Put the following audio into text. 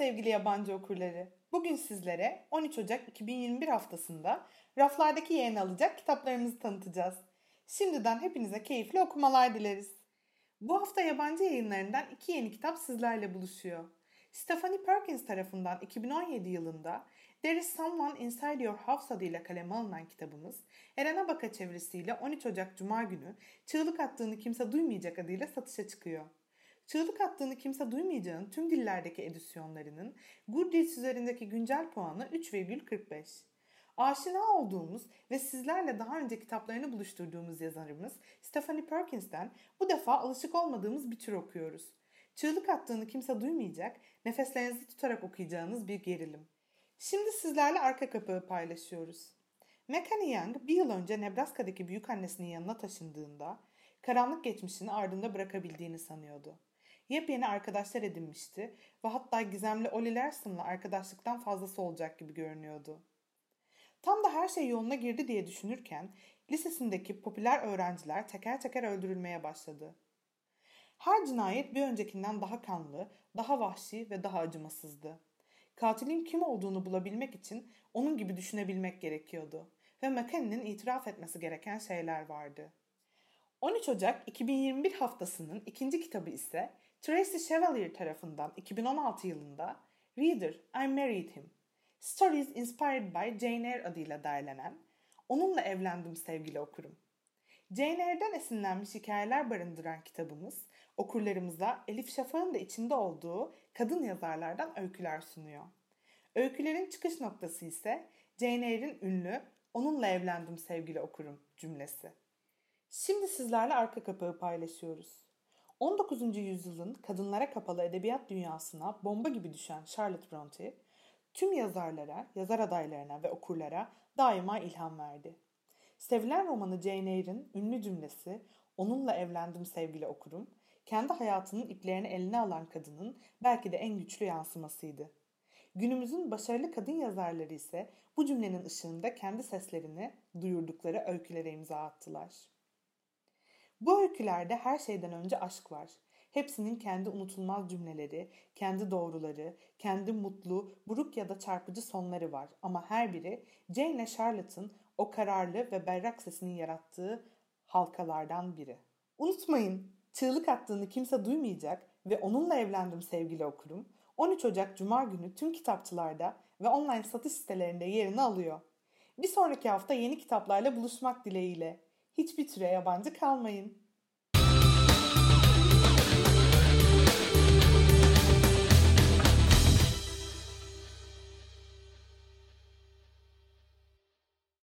sevgili yabancı okurları. Bugün sizlere 13 Ocak 2021 haftasında raflardaki yerini alacak kitaplarımızı tanıtacağız. Şimdiden hepinize keyifli okumalar dileriz. Bu hafta yabancı yayınlarından iki yeni kitap sizlerle buluşuyor. Stephanie Perkins tarafından 2017 yılında There is Someone Inside Your House adıyla kaleme alınan kitabımız, Eren Abaka çevirisiyle 13 Ocak Cuma günü Çığlık Attığını Kimse Duymayacak adıyla satışa çıkıyor. Çığlık Attığını Kimse Duymayacağın tüm dillerdeki edisyonlarının Goodreads üzerindeki güncel puanı 3,45. Aşina olduğumuz ve sizlerle daha önce kitaplarını buluşturduğumuz yazarımız Stephanie Perkins'ten bu defa alışık olmadığımız bir tür okuyoruz. Çığlık attığını kimse duymayacak, nefeslerinizi tutarak okuyacağınız bir gerilim. Şimdi sizlerle arka kapağı paylaşıyoruz. Makani Young bir yıl önce Nebraska'daki büyükannesinin yanına taşındığında karanlık geçmişini ardında bırakabildiğini sanıyordu. Yepyeni arkadaşlar edinmişti ve hatta gizemli Ollie Larson'la arkadaşlıktan fazlası olacak gibi görünüyordu. Tam da her şey yoluna girdi diye düşünürken lisesindeki popüler öğrenciler teker teker öldürülmeye başladı. Her cinayet bir öncekinden daha kanlı, daha vahşi ve daha acımasızdı. Katilin kim olduğunu bulabilmek için onun gibi düşünebilmek gerekiyordu ve Makani'nin itiraf etmesi gereken şeyler vardı. 13 Ocak 2021 haftasının ikinci kitabı ise Tracy Chevalier tarafından 2016 yılında Reader, I Married Him, Stories Inspired by Jane Eyre adıyla derlenen Onunla Evlendim Sevgili Okurum. Jane Eyre'den esinlenmiş hikayeler barındıran kitabımız okurlarımıza Elif Şafak'ın da içinde olduğu kadın yazarlardan öyküler sunuyor. Öykülerin çıkış noktası ise Jane Eyre'in ünlü "Onunla evlendim sevgili okurum" cümlesi. Şimdi sizlerle arka kapağı paylaşıyoruz. 19. yüzyılın kadınlara kapalı edebiyat dünyasına bomba gibi düşen Charlotte Bronte, tüm yazarlara, yazar adaylarına ve okurlara daima ilham verdi. Sevilen romanı Jane Eyre'in ünlü cümlesi "Onunla evlendim sevgili okurum", kendi hayatının iplerini eline alan kadının belki de en güçlü yansımasıydı. Günümüzün başarılı kadın yazarları ise bu cümlenin ışığında kendi seslerini duyurdukları öykülere imza attılar. Bu öykülerde her şeyden önce aşk var. Hepsinin kendi unutulmaz cümleleri, kendi doğruları, kendi mutlu, buruk ya da çarpıcı sonları var. Ama her biri Jane ile Charlotte'ın o kararlı ve berrak sesinin yarattığı halkalardan biri. Unutmayın, çığlık attığını kimse duymayacak ve Onunla Evlendim Sevgili Okurum 13 Ocak Cuma günü tüm kitapçılarda ve online satış sitelerinde yerini alıyor. Bir sonraki hafta yeni kitaplarla buluşmak dileğiyle. Hiçbir türe yabancı kalmayın.